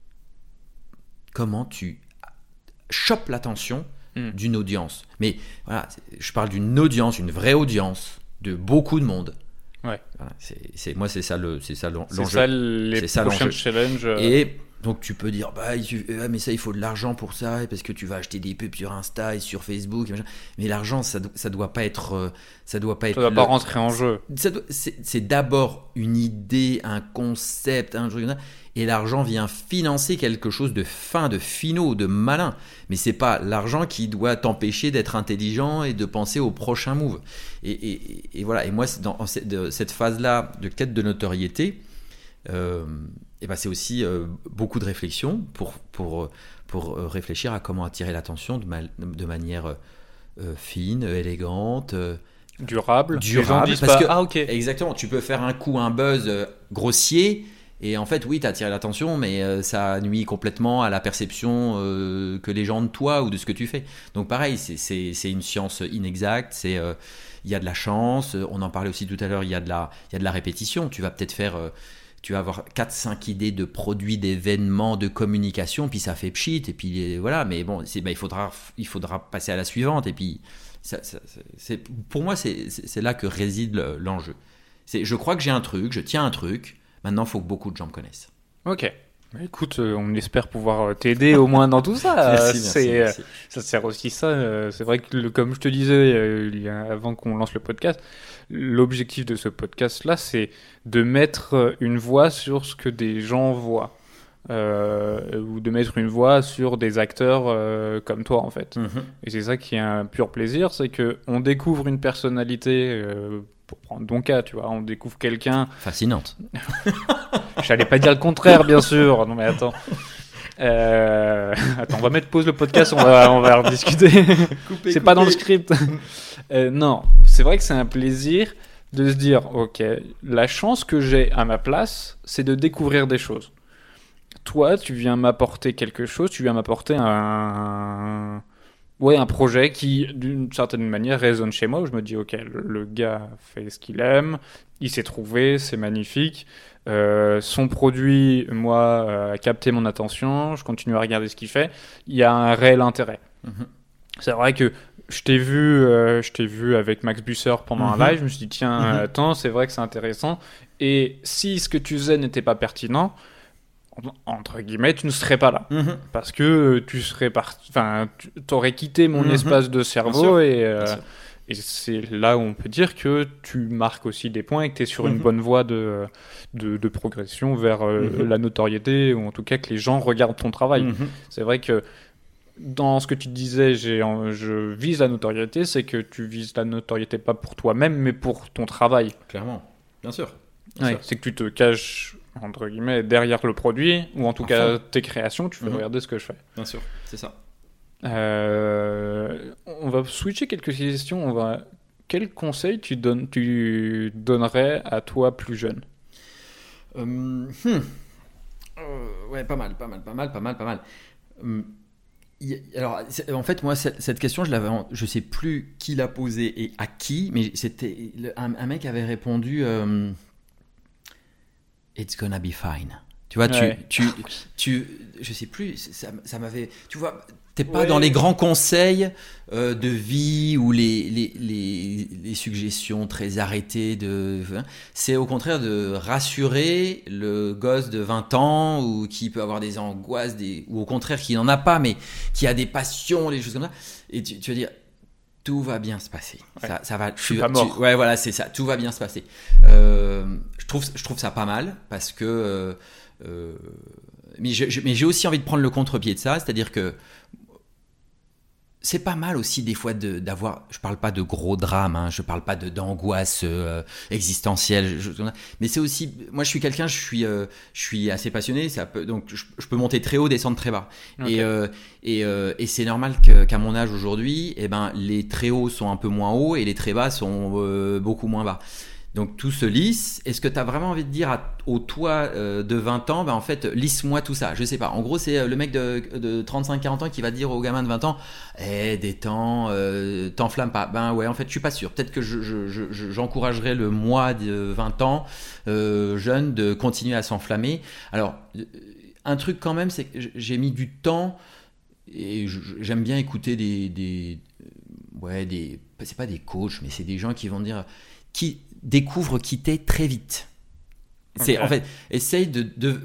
comment tu chopes l'attention mmh. d'une audience. Mais voilà, je parle d'une audience, une vraie audience, de beaucoup de monde. Ouais. Voilà, c'est, c'est, moi, c'est ça, le, c'est ça l'enjeu. C'est ça les c'est ça prochains challenges. Et donc, tu peux dire, bah, il, ah, mais ça, il faut de l'argent pour ça, parce que tu vas acheter des pubs sur Insta et sur Facebook. Et machin. Mais l'argent, ça ne doit pas être. Ça doit pas, être ça doit le, pas rentrer en jeu. Ça doit, c'est, c'est d'abord une idée, un concept, un truc. Et l'argent vient financer quelque chose de fin, de finaux, de malin. Mais c'est pas l'argent qui doit t'empêcher d'être intelligent et de penser au prochain move. Et, et, et voilà. Et moi, dans cette phase-là de quête de notoriété, euh, et ben c'est aussi euh, beaucoup de réflexion pour, pour, pour réfléchir à comment attirer l'attention de, ma, de manière euh, fine, élégante. Euh, durable. Durable. Les gens parce pas, que, ah, ok. Exactement. Tu peux faire un coup, un buzz euh, grossier. Et en fait, oui, tu as attiré l'attention, mais euh, ça nuit complètement à la perception euh, que les gens de toi ou de ce que tu fais. Donc pareil, c'est, c'est, c'est une science inexacte, il euh, y a de la chance, on en parlait aussi tout à l'heure, il y a de la, y a de la répétition. Tu vas peut-être faire, euh, tu vas avoir quatre cinq idées de produits, d'événements, de communication, puis ça fait pchit, et puis voilà, mais bon, c'est, bah, il, faudra, il faudra passer à la suivante, et puis ça, ça, c'est, pour moi, c'est, c'est, c'est là que réside l'enjeu. C'est, je crois que j'ai un truc, je tiens un truc. Maintenant, il faut que beaucoup de gens me connaissent. Ok. Écoute, on espère pouvoir t'aider au moins dans tout ça. merci, c'est, merci, merci. Ça sert aussi ça. C'est vrai que, comme je te disais il y a, avant qu'on lance le podcast, l'objectif de ce podcast-là, c'est de mettre une voix sur ce que des gens voient. Euh, ou de mettre une voix sur des acteurs euh, comme toi, en fait. Mm-hmm. Et c'est ça qui est un pur plaisir, c'est qu'on découvre une personnalité... Euh, pour prendre ton cas, tu vois, on découvre quelqu'un... Fascinante. Je n'allais pas dire le contraire, bien sûr. Non, mais attends. Euh... Attends, on va mettre pause le podcast, on va, on va en discuter. Coupé, c'est coupé. Pas dans le script. euh, non, c'est vrai que c'est un plaisir de se dire, ok, la chance que j'ai à ma place, c'est de découvrir des choses. Toi, tu viens m'apporter quelque chose, tu viens m'apporter un... Ouais, un projet qui, d'une certaine manière, résonne chez moi, où je me dis, ok, le, le gars fait ce qu'il aime, il s'est trouvé, c'est magnifique, euh, son produit, moi, euh, a capté mon attention, je continue à regarder ce qu'il fait, il y a un réel intérêt. Mm-hmm. C'est vrai que je t'ai vu, euh, je t'ai vu avec Max Busser pendant mm-hmm. un live, je me suis dit, tiens, mm-hmm. attends, c'est vrai que c'est intéressant, et si ce que tu faisais n'était pas pertinent, entre guillemets, tu ne serais pas là. Mmh. Parce que tu serais parti, enfin, tu aurais quitté mon mmh. espace de cerveau et, euh, et c'est là où on peut dire que tu marques aussi des points et que tu es sur mmh. une bonne voie de, de, de progression vers euh, mmh. la notoriété, ou en tout cas que les gens regardent ton travail. Mmh. C'est vrai que dans ce que tu disais, j'ai, je vise la notoriété, c'est que tu vises la notoriété pas pour toi-même, mais pour ton travail. Clairement, bien sûr. Bien ouais, sûr. C'est que tu te caches entre guillemets derrière le produit, ou en tout enfin. cas tes créations, tu fais mmh. regarder ce que je fais. Bien sûr, c'est ça. Euh, on va switcher quelques questions. On va... Quel conseil tu, donnes, tu donnerais à toi plus jeune? euh, hmm. euh, Ouais, pas mal, pas mal, pas mal, pas mal, pas mal. Hum, y, alors, en fait, moi, cette, cette question, je l'avais, en, je sais plus qui l'a posée et à qui, mais c'était un, un mec avait répondu. Euh, It's gonna be fine. Tu vois, Ouais. tu, tu, tu, je sais plus, ça, ça m'avait, tu vois, t'es pas Ouais. dans les grands conseils euh, de vie ou les, les, les, les suggestions très arrêtées de, hein. C'est au contraire de rassurer le gosse de vingt ans ou qui peut avoir des angoisses, des, ou au contraire qui n'en a pas, mais qui a des passions, des choses comme ça. Et tu, tu vas dire, tout va bien se passer. Ouais. Ça, ça va. Je suis tu- pas mort. tu- ouais, voilà, c'est ça. Tout va bien se passer. Euh, je trouve, je trouve ça pas mal parce que. Euh, euh, mais, je- je- mais j'ai aussi envie de prendre le contre-pied de ça, c'est-à-dire que c'est pas mal aussi des fois de, d'avoir. Je parle pas de gros drames, hein, je parle pas de d'angoisse euh, existentielle, je- mais c'est aussi. Moi, je suis quelqu'un, je suis, euh, je suis assez passionné, ça peut, donc je, je peux monter très haut, descendre très bas, Ok. et euh, et, euh, et c'est normal que, qu'à mon âge aujourd'hui, eh ben les très hauts sont un peu moins hauts et les très bas sont euh, beaucoup moins bas. Donc tout se lisse. Est-ce que tu as vraiment envie de dire à, au toi euh, de vingt ans, ben en fait, lisse-moi tout ça. Je sais pas. En gros, c'est euh, le mec de, de trente-cinq quarante ans qui va dire au gamin de vingt ans, eh, détends, euh, t'enflamme pas. Ben ouais, en fait, je suis pas sûr. Peut-être que je, je, je, je- j'encouragerais le moi de vingt ans, euh, jeune, de continuer à s'enflammer. Alors, euh, un truc quand même, c'est que j'ai mis du temps et je- je- j'aime bien écouter des, des, ouais, des, c'est pas des coachs, mais c'est des gens qui vont dire, qui découvrent quitter très vite. C'est, Ok. en fait, essaye de, de...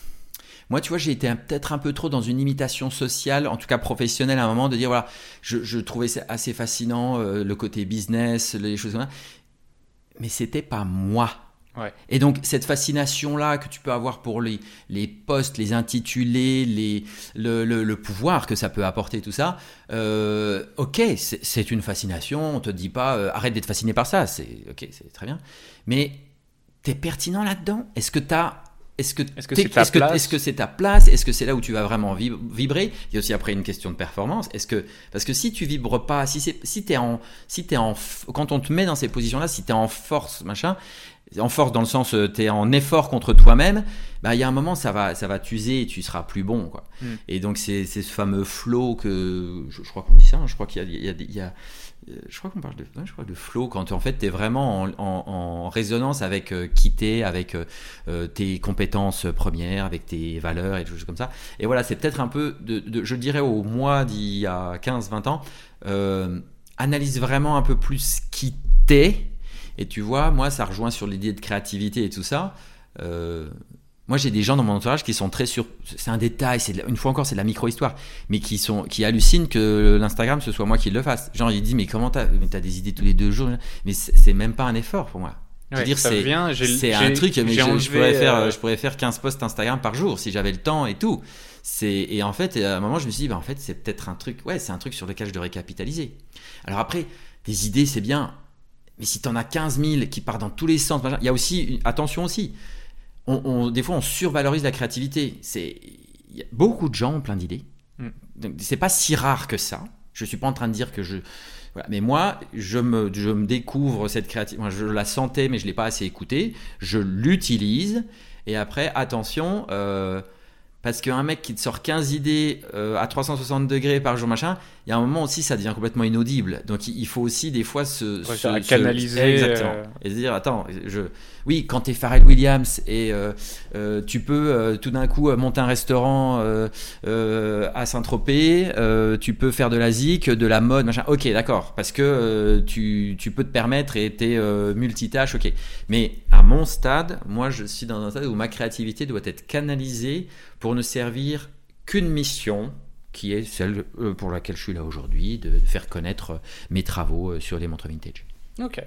Moi, tu vois, j'ai été un- peut-être un peu trop dans une imitation sociale, en tout cas professionnelle à un moment, de dire, voilà, je, je trouvais ça assez fascinant, euh, le côté business, les choses comme ça, mais c'était pas moi. Ouais. Et donc, cette fascination-là que tu peux avoir pour les, les postes, les intitulés, les, le, le, le pouvoir que ça peut apporter, tout ça, euh, ok, c'est, c'est une fascination. On te dit pas, euh, arrête d'être fasciné par ça. C'est ok, c'est très bien. Mais t'es pertinent là-dedans? Est-ce que t'as... Est-ce que, Est-ce que t'es- c'est ta est-ce que- place est-ce que c'est ta place? Est-ce que c'est là où tu vas vraiment vib- vibrer? Il y a aussi après une question de performance. Est-ce que, parce que si tu vibres pas, si c'est, si t'es en, si t'es en, f- quand on te met dans ces positions-là, si t'es en force, machin, en force dans le sens, euh, t'es en effort contre toi-même, bah, il y a un moment, ça va, ça va t'user et tu seras plus bon, quoi. Mm. Et donc, c'est, c'est ce fameux flow que, je, je crois qu'on dit ça, hein, je crois qu'il y a, il y a, des- il y a euh, je crois qu'on parle de, ouais, je crois de flow quand en fait t'es vraiment en, en, en résonance avec euh, qui t'es, avec euh, euh, tes compétences premières, avec tes valeurs et des choses comme ça. Et voilà, c'est peut-être un peu, de, de, je dirais au moi d'il y a quinze vingt ans, euh, analyse vraiment un peu plus qui t'es. Et tu vois, moi, ça rejoint sur l'idée de créativité et tout ça. Euh, moi, j'ai des gens dans mon entourage qui sont très sur. C'est un détail, c'est de la- une fois encore, c'est de la micro-histoire, mais qui sont, qui hallucinent que l'Instagram ce soit moi qui le fasse. Genre, ils disent, mais comment t'as, mais t'as des idées tous les deux jours? Mais c'est, c'est même pas un effort pour moi. Je veux Ouais, dire, ça c'est, vient, j'ai- c'est j'ai- un truc, mais j'ai je, je enlevé, pourrais faire, euh, je pourrais faire quinze posts Instagram par jour si j'avais le temps et tout. C'est, et en fait, à un moment, je me suis dit, bah, en fait, c'est peut-être un truc, ouais, c'est un truc sur lequel je devrais capitaliser. Alors après, des idées, c'est bien. Mais si t'en as quinze mille qui partent dans tous les sens, machin, il y a aussi, attention aussi, on, on- des fois on survalorise la créativité. C'est, il y a beaucoup de gens ont plein d'idées. Mm. Donc c'est pas si rare que ça. Je suis pas en train de dire que je, voilà. Mais moi, je me, je me découvre cette créativité. Moi, je la sentais, mais je l'ai pas assez écoutée. Je l'utilise. Et après, attention, euh, parce qu'un mec qui te sort quinze idées euh, à trois cent soixante degrés par jour, machin, il y a un moment aussi, ça devient complètement inaudible. Donc, il il faut aussi des fois se, Ouais, se, à se- canaliser, exactement. euh. Et se dire, attends, je, oui, quand t'es Pharrell Williams et euh, euh, tu peux euh, tout d'un coup euh, monter un restaurant euh, euh, à Saint-Tropez, euh, tu peux faire de la zik, de la mode, machin. Ok, d'accord, parce que euh, tu, tu peux te permettre et t'es euh, multitâche, ok. Mais à mon stade, moi, je suis dans un stade où ma créativité doit être canalisée pour ne servir qu'une mission, qui est celle euh, pour laquelle je suis là aujourd'hui, de, de faire connaître euh, mes travaux euh, sur les montres vintage. Ok.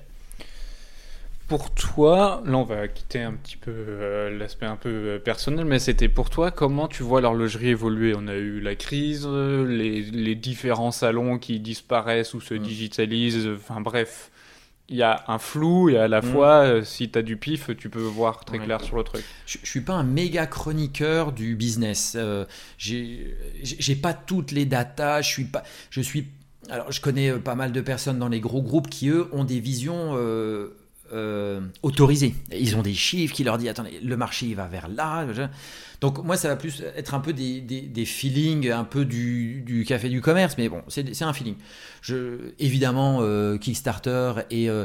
Pour toi, là on va quitter un petit peu euh, l'aspect un peu euh, personnel, mais c'était pour toi, comment tu vois l'horlogerie évoluer? On a eu la crise, euh, les, les différents salons qui disparaissent ou se Mm. digitalisent, euh, enfin bref, il y a un flou et à la Mm. fois, euh, si tu as du pif, tu peux voir très Ouais. clair sur le truc. Je, je suis pas un méga chroniqueur du business. Euh, j'ai, j'ai j'ai pas toutes les datas. Je suis pas. Je suis. Alors, je connais euh, pas mal de personnes dans les gros groupes qui eux ont des visions euh, euh, autorisées. Ils ont des chiffres qui leur disent attendez, le marché il va vers là. Donc moi, ça va plus être un peu des, des, des feelings, un peu du, du café du commerce, mais bon, c'est, c'est un feeling. Je, évidemment, euh, Kickstarter et euh,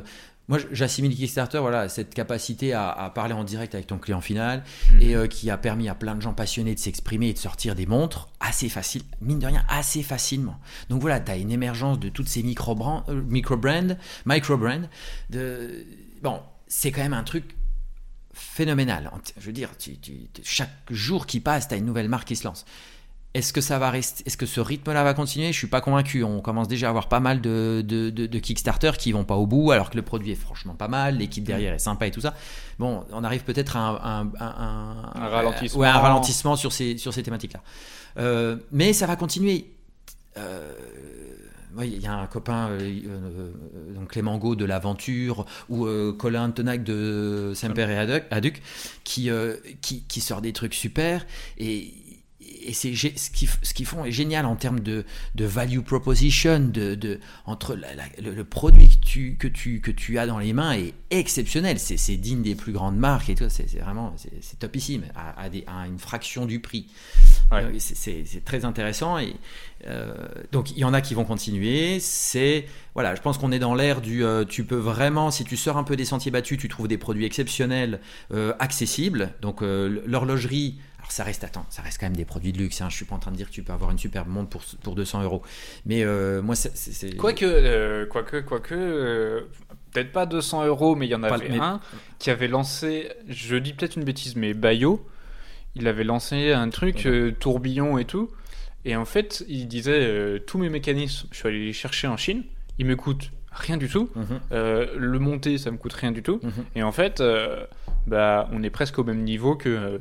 moi, j'assimile Kickstarter, voilà, cette capacité à, à parler en direct avec ton client final Mmh. et euh, qui a permis à plein de gens passionnés de s'exprimer et de sortir des montres assez facile, mine de rien, assez facilement. Donc voilà, tu as une émergence de toutes ces micro-brands, euh, micro-brands, micro-brands. De... Bon, c'est quand même un truc phénoménal. Je veux dire, tu, tu, chaque jour qui passe, tu as une nouvelle marque qui se lance. Est-ce que ça va rester, est-ce que ce rythme-là va continuer ? Je suis pas convaincu. On commence déjà à avoir pas mal de, de, de, de Kickstarter qui vont pas au bout, alors que le produit est franchement pas mal, l'équipe derrière est sympa et tout ça. Bon, on arrive peut-être à un, un, un, un, un ralentissement, ouais, un ralentissement sur ces, sur ces thématiques-là. Euh, mais ça va continuer. Euh, Oui, il y a un copain, euh, euh, donc Clément Gau de l'Aventure, ou euh, Colin Tenac de Semper et Aduc, Aduc qui, euh, qui, qui sort des trucs super. Et, et c'est, ce, qu'ils, ce qu'ils font est génial en termes de, de value proposition, de, de, entre la, la, le, le produit que tu, que, tu, que tu as dans les mains est exceptionnel. C'est, c'est digne des plus grandes marques et tout. C'est, c'est vraiment c'est, c'est topissime, à, à, des, à une fraction du prix. Ouais. C'est, c'est, c'est très intéressant et euh, donc il y en a qui vont continuer. C'est voilà, je pense qu'on est dans l'ère du euh, tu peux vraiment, si tu sors un peu des sentiers battus, tu trouves des produits exceptionnels, euh, accessibles. Donc euh, l'horlogerie, alors ça reste attends, ça reste quand même des produits de luxe. Hein. Je suis pas en train de dire que tu peux avoir une superbe montre pour pour deux cents euros, mais euh, moi c'est, c'est, c'est... quoique euh, quoique quoique euh, peut-être pas deux cents euros, mais il y en avait pas, mais... un qui avait lancé, je dis peut-être une bêtise, mais Bayo. Il avait lancé un truc, euh, tourbillon et tout. Et en fait, il disait euh, tous mes mécanismes, je suis allé les chercher en Chine. Ils me coûtent rien du tout. Mm-hmm. Euh, le monter, ça me coûte rien du tout. Mm-hmm. Et en fait, euh, bah, on est presque au même niveau que euh,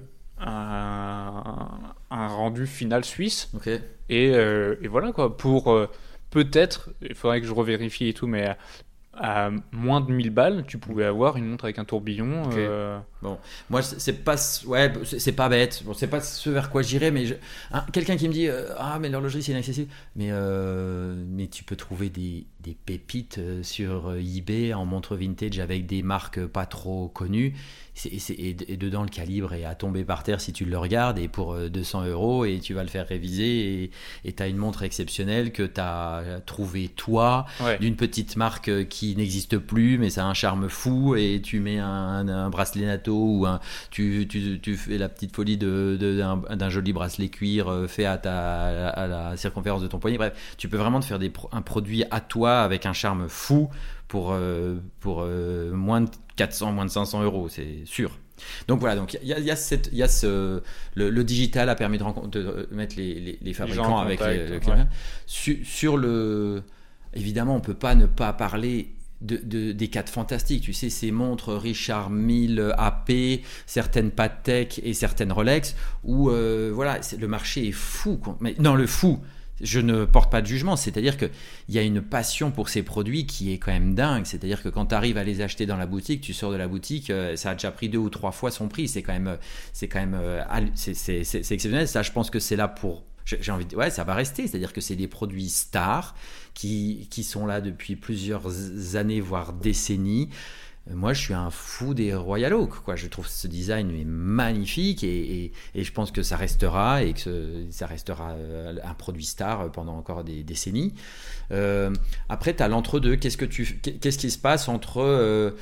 un, un rendu final suisse. Okay. Et, euh, et voilà quoi. Pour euh, peut-être, il faudrait que je revérifie et tout, mais à, à moins de mille balles, tu pouvais avoir une montre avec un tourbillon. Okay. Euh... Bon, moi c'est pas ouais, c'est, c'est pas bête. Bon, c'est pas ce vers quoi j'irais, mais je, hein, quelqu'un qui me dit euh, ah mais l'horlogerie c'est inaccessible, mais euh, mais tu peux trouver des, des pépites euh, sur euh, eBay en montre vintage avec des marques pas trop connues. C'est, c'est, et, et dedans le calibre est à tomber par terre si tu le regardes, et pour euh, deux cents euros, et tu vas le faire réviser et tu as une montre exceptionnelle que tu as trouvée toi, ouais. d'une petite marque qui n'existe plus, mais ça a un charme fou, et tu mets un, un, un bracelet NATO ou un, tu, tu, tu fais la petite folie de, de, d'un, d'un joli bracelet cuir fait à, ta, à la circonférence de ton poignet. Bref, tu peux vraiment te faire des, un produit à toi avec un charme fou pour, euh, pour euh, moins de quatre cents, moins de cinq cents euros, c'est sûr. Donc voilà, donc il y a, y a, cette, y a ce, le, le digital a permis de, rencontre, de mettre les, les, les fabricants les avec contact, les, le client. Ouais. Sur, sur le, évidemment, on peut pas ne pas parler de, de, des quatre fantastiques. Tu sais, ces montres Richard Mille, A P, certaines Patek et certaines Rolex, où euh, voilà, c'est, le marché est fou. Mais non, le fou. Je ne porte pas de jugement, c'est-à-dire qu'il y a une passion pour ces produits qui est quand même dingue. C'est-à-dire que quand tu arrives à les acheter dans la boutique, tu sors de la boutique, euh, ça a déjà pris deux ou trois fois son prix. C'est quand même, c'est quand même, euh, c'est, c'est, c'est, c'est exceptionnel. Ça, je pense que c'est là pour, j'ai envie de, ouais, ça va rester. C'est-à-dire que c'est des produits stars qui qui sont là depuis plusieurs années, voire décennies. Moi, je suis un fou des Royal Oak, quoi. Je trouve ce design est magnifique, et, et, et je pense que ça restera, et que ce, ça restera un produit star pendant encore des décennies. Euh, après, tu as l'entre-deux. Qu'est-ce, que tu, qu'est-ce qui se passe entre euh,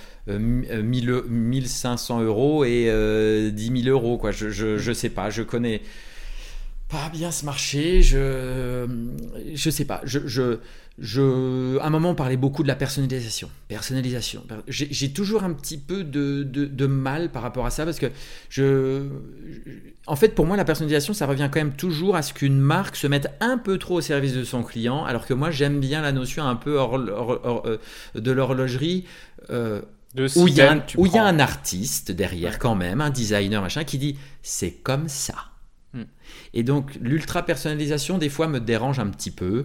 mille cinq cents euros et euh, dix mille euros, quoi. Je, je, je sais pas, je connais pas bien ce marché. Je, je sais pas. Je... je Je, à un moment, on parlait beaucoup de la personnalisation. Personnalisation. J'ai, j'ai toujours un petit peu de, de, de mal par rapport à ça, parce que je, en fait, pour moi, la personnalisation, ça revient quand même toujours à ce qu'une marque se mette un peu trop au service de son client, alors que moi, j'aime bien la notion un peu hors, hors, hors, euh, de l'horlogerie. Euh, De où il y, a un, où y a un artiste derrière, ouais. quand même, un designer, machin, qui dit c'est comme ça. Hmm. Et donc, l'ultra personnalisation, des fois, me dérange un petit peu.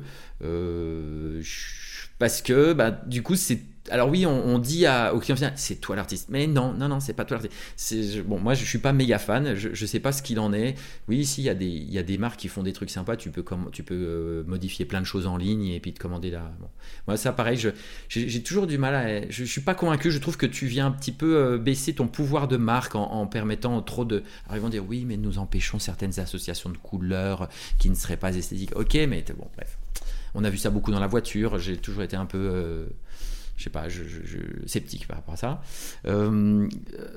Euh, parce que, bah, du coup, c'est. Alors, oui, on, on dit à, au client final, c'est toi l'artiste. Mais non, non, non, c'est pas toi l'artiste. C'est, bon, moi, je suis pas méga fan. Je, je sais pas ce qu'il en est. Oui, ici, il y a des, il y a des marques qui font des trucs sympas. Tu peux, comme, tu peux euh, modifier plein de choses en ligne et puis te commander là. Bon. Moi, ça, pareil, je, j'ai, j'ai toujours du mal à. Je, je suis pas convaincu. Je trouve que tu viens un petit peu euh, baisser ton pouvoir de marque en, en permettant trop de. Alors, ils vont dire oui, mais nous empêchons certaines associations de couleurs qui ne seraient pas esthétiques. Ok, mais bon, bref. On a vu ça beaucoup dans la voiture. J'ai toujours été un peu. Euh, je sais pas, je, je, je sceptique par rapport à ça. Euh,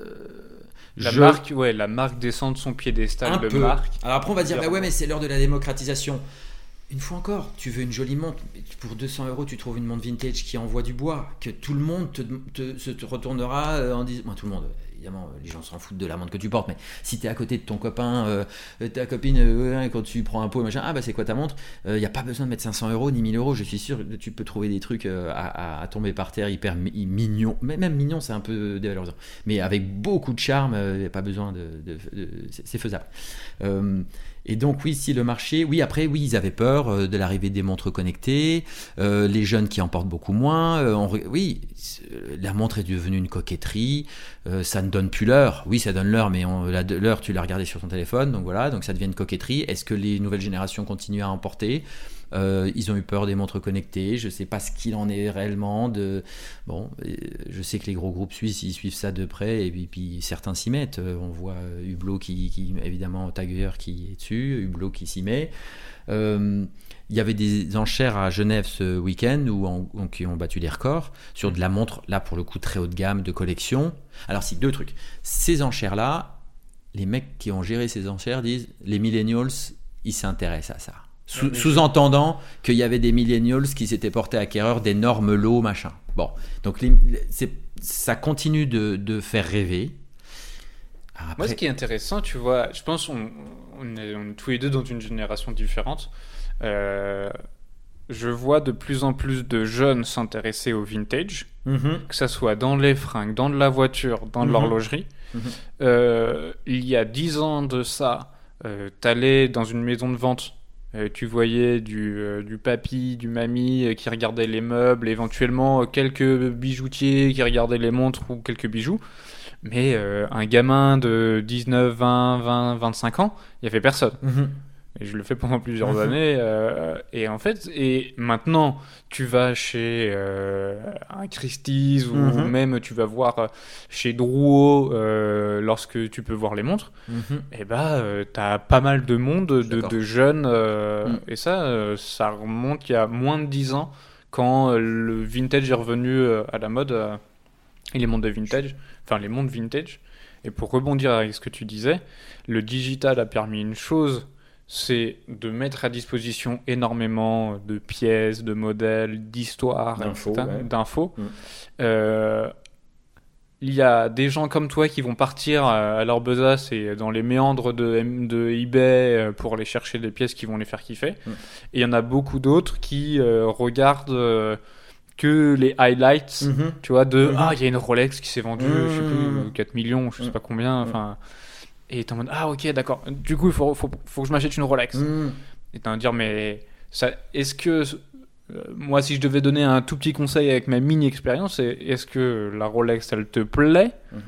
La je... marque, ouais, la marque descend de son piédestal un de peu. marque. Alors après, on va dire, bah ouais, mais c'est l'heure de la démocratisation. Une fois encore, tu veux une jolie montre, pour deux cents euros, tu trouves une montre vintage qui envoie du bois, que tout le monde te, te, se te retournera en disant, moi, tout le monde, évidemment, les gens s'en foutent de la montre que tu portes, mais si tu es à côté de ton copain, euh, ta copine, euh, quand tu prends un pot, machin, ah bah c'est quoi ta montre ? Il euh, n'y a pas besoin de mettre cinq cents euros ni mille euros, je suis sûr que tu peux trouver des trucs euh, à, à, à tomber par terre hyper mi- mignons, mais même mignon, c'est un peu dévalorisant, mais avec beaucoup de charme, il euh, n'y a pas besoin de. de, de, de c'est, c'est faisable. Euh, Et donc oui, si le marché, oui après oui ils avaient peur euh, de l'arrivée des montres connectées, euh, les jeunes qui en portent beaucoup moins, euh, on, oui la montre est devenue une coquetterie, euh, ça ne donne plus l'heure, oui ça donne l'heure mais on, la, l'heure tu l'as regardée sur ton téléphone, donc voilà, donc ça devient une coquetterie. Est-ce que les nouvelles générations continuent à en porter ? Euh, ils ont eu peur des montres connectées, je ne sais pas ce qu'il en est réellement de... Bon, je sais que les gros groupes suisses ils suivent ça de près et puis, puis certains s'y mettent, on voit Hublot qui, qui évidemment Taguer qui est dessus, Hublot qui s'y met. Euh, il y avait des enchères à Genève ce week-end où on, qui ont battu des records sur de la montre, là pour le coup très haut de gamme, de collection. Alors si, deux trucs, ces enchères là, les mecs qui ont géré ces enchères disent les millennials ils s'intéressent à ça. Sous, sous-entendant qu'il y avait des millennials qui s'étaient portés acquéreurs d'énormes lots, machin. Bon, donc les, c'est, ça continue de, de faire rêver. Après... Moi, ce qui est intéressant, tu vois, je pense qu'on on est, on est tous les deux dans une génération différente. Euh, je vois de plus en plus de jeunes s'intéresser au vintage, mm-hmm. que ça soit dans les fringues, dans de la voiture, dans de mm-hmm. l'horlogerie. Mm-hmm. Euh, il y a dix ans de ça, euh, t'allais dans une maison de vente. Euh, tu voyais du, euh, du papy, du mamie euh, qui regardait les meubles, éventuellement euh, quelques bijoutiers qui regardaient les montres ou quelques bijoux. Mais euh, un gamin de dix-neuf, vingt, vingt, vingt-cinq ans, il n'y avait personne. Mmh. Et je le fais pendant plusieurs mmh. années. Euh, et en fait, et maintenant, tu vas chez euh, un Christie's ou mmh. même tu vas voir chez Drouot euh, lorsque tu peux voir les montres. Mmh. Et bah, euh, t'as pas mal de monde, de, de jeunes. Euh, mmh. Et ça, euh, ça remonte il y a moins de dix ans quand euh, le vintage est revenu euh, à la mode. Euh, et les montres de vintage, enfin les montres vintage. Et pour rebondir avec ce que tu disais, le digital a permis une chose, c'est de mettre à disposition énormément de pièces, de modèles, d'histoires, d'infos. et cetera, Ouais. d'infos. Mmh. Euh, il y a des gens comme toi qui vont partir à leur besace et dans les méandres de, de eBay pour aller chercher des pièces qui vont les faire kiffer. Mmh. Et il y en a beaucoup d'autres qui euh, regardent... Euh, que les highlights, mm-hmm. tu vois, de mm-hmm. ah, il y a une Rolex qui s'est vendue, mm-hmm. je sais plus, quatre millions, je sais mm-hmm. pas combien, enfin, et t'es en mode, ah, ok, d'accord, du coup, il faut, faut, faut que je m'achète une Rolex. Mm-hmm. Et t'es en dire, mais ça, est-ce que, euh, moi, si je devais donner un tout petit conseil avec ma mini-expérience, c'est, est-ce que la Rolex, elle te plaît, mm-hmm.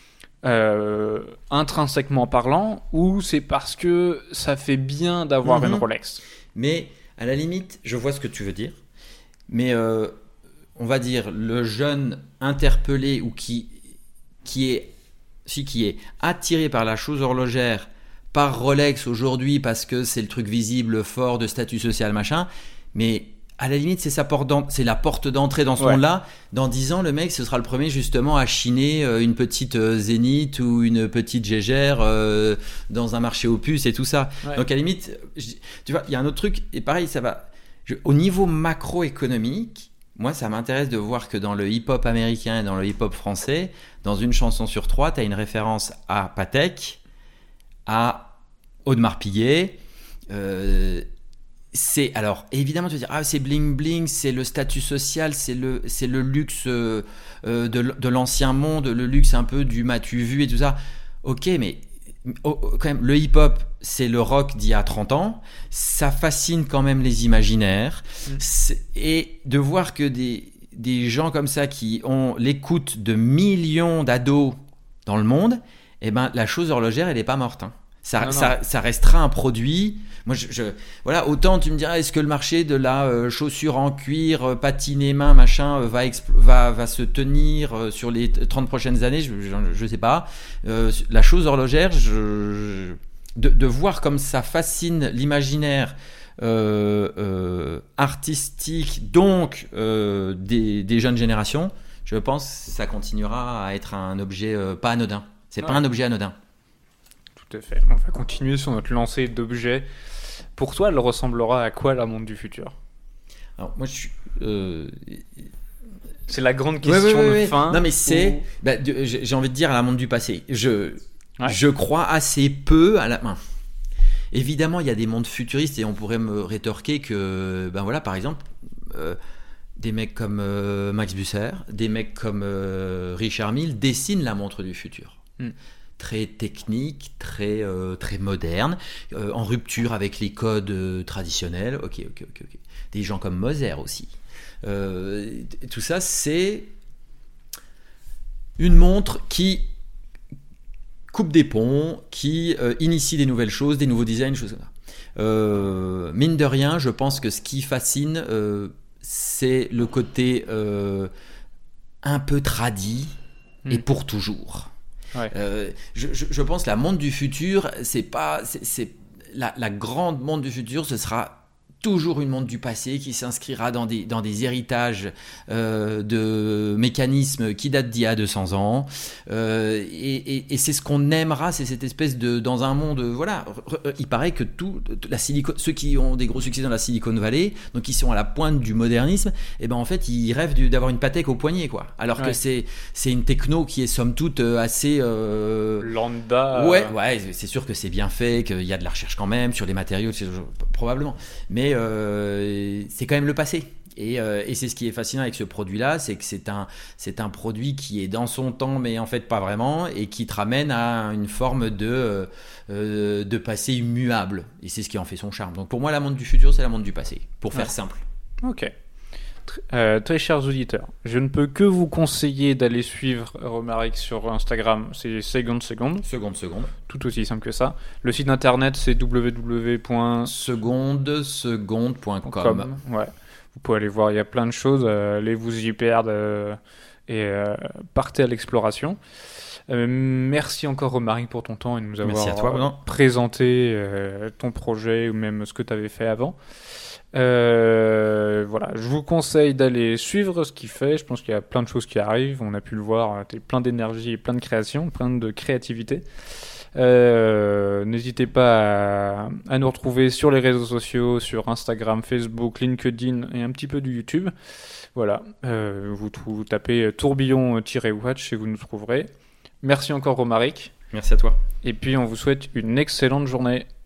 euh, intrinsèquement parlant, ou c'est parce que ça fait bien d'avoir mm-hmm. une Rolex? Mais, à la limite, je vois ce que tu veux dire, mais... Euh... on va dire le jeune interpellé ou qui, qui, est, si, qui est attiré par la chose horlogère, par Rolex aujourd'hui parce que c'est le truc visible, fort, de statut social, machin, mais à la limite c'est, sa porte c'est la porte d'entrée dans ce ouais. monde-là. Dans dix ans, le mec, ce sera le premier justement à chiner une petite Zénith ou une petite Gégère euh, dans un marché aux puces et tout ça. Ouais. Donc à la limite, je, tu vois, il y a un autre truc, et pareil, ça va... Je, au niveau macroéconomique, moi, ça m'intéresse de voir que dans le hip-hop américain et dans le hip-hop français, dans une chanson sur trois, tu as une référence à Patek, à Audemars Piguet. Euh, c'est, alors, évidemment, tu vas dire, ah, c'est bling-bling, c'est le statut social, c'est le, c'est le luxe euh, de, de l'ancien monde, le luxe un peu du m'as-tu vu et tout ça. Ok, mais... Oh, quand même, le hip-hop, c'est le rock d'il y a trente ans. Ça fascine quand même les imaginaires. Mmh. Et de voir que des, des gens comme ça qui ont l'écoute de millions d'ados dans le monde, eh ben, la chose horlogère, elle n'est pas morte. Hein. Ça, non, ça, non. ça restera un produit. Moi, je, je, voilà, autant tu me diras, est-ce que le marché de la euh, chaussure en cuir, euh, patinée main, machin, euh, va, expl- va, va se tenir euh, sur les trente prochaines années, je, je, je sais pas. Euh, la chose horlogère, je, je, de, de voir comme ça fascine l'imaginaire euh, euh, artistique, donc euh, des, des jeunes générations, je pense que ça continuera à être un objet euh, pas anodin. C'est ouais. pas un objet anodin. Tout à fait. On va continuer sur notre lancée d'objets. Pour toi, elle ressemblera à quoi la montre du futur ? Alors, moi, je suis... Euh... C'est la grande question ouais, ouais, ouais, de ouais. fin. Non, mais c'est... Ou... Bah, j'ai envie de dire à la montre du passé. Je, ouais. je crois assez peu à la... Enfin, évidemment, il y a des montres futuristes et on pourrait me rétorquer que... Ben voilà, par exemple... Euh, des mecs comme euh, Max Busser, des mecs comme euh, Richard Mille dessinent la montre du futur. Mm. Très technique, très, euh, très moderne, euh, en rupture avec les codes euh, traditionnels. Ok, ok, ok, ok. Des gens comme Moser aussi. Euh, tout ça, c'est une montre qui coupe des ponts, qui euh, initie des nouvelles choses, des nouveaux designs, choses comme ça. Euh, mine de rien, je pense que ce qui fascine, euh, c'est le côté euh, un peu tradi mmh. et pour toujours. Ouais. Euh, je, je, je pense que la montre du futur, c'est pas, c'est, c'est la, la grande montre du futur, ce sera toujours une montre du passé qui s'inscrira dans des, dans des héritages euh, de mécanismes qui datent d'il y a deux cents ans. Euh, et, et, et c'est ce qu'on aimera, c'est cette espèce de... Dans un monde... Voilà, il paraît que tout, la Silicon, ceux qui ont des gros succès dans la Silicon Valley, donc qui sont à la pointe du modernisme, et ben en fait, ils rêvent du, d'avoir une Patek au poignet, quoi. Alors ouais. que c'est, c'est une techno qui est somme toute assez... Euh... Lambda. Ouais, ouais, c'est sûr que c'est bien fait, qu'il y a de la recherche quand même sur les matériaux, c'est, probablement. Mais Euh, c'est quand même le passé et, euh, et c'est ce qui est fascinant avec ce produit là, c'est que c'est un, c'est un produit qui est dans son temps mais en fait pas vraiment et qui te ramène à une forme de, euh, de passé immuable et c'est ce qui en fait son charme. Donc pour moi la montre du futur c'est la montre du passé, pour faire ouais. simple. Ok. Euh, très chers auditeurs, je ne peux que vous conseiller d'aller suivre Romaric sur Instagram, c'est seconde seconde. Seconde seconde. Tout aussi simple que ça. Le site internet c'est w w w point seconde seconde point com. Ouais. Vous pouvez aller voir, il y a plein de choses, euh, allez vous y perdre euh, et euh, partez à l'exploration. Euh, merci encore Romaric pour ton temps et de nous avoir merci à toi, euh, présenté euh, ton projet ou même ce que tu avais fait avant. Euh, voilà, je vous conseille d'aller suivre ce qu'il fait. Je pense qu'il y a plein de choses qui arrivent. On a pu le voir, t'es plein d'énergie, plein de création, plein de créativité. Euh, n'hésitez pas à, à nous retrouver sur les réseaux sociaux, sur Instagram, Facebook, LinkedIn et un petit peu du YouTube. Voilà, euh, vous, vous tapez tourbillon-watch et vous nous trouverez. Merci encore Romaric. Merci à toi. Et puis on vous souhaite une excellente journée.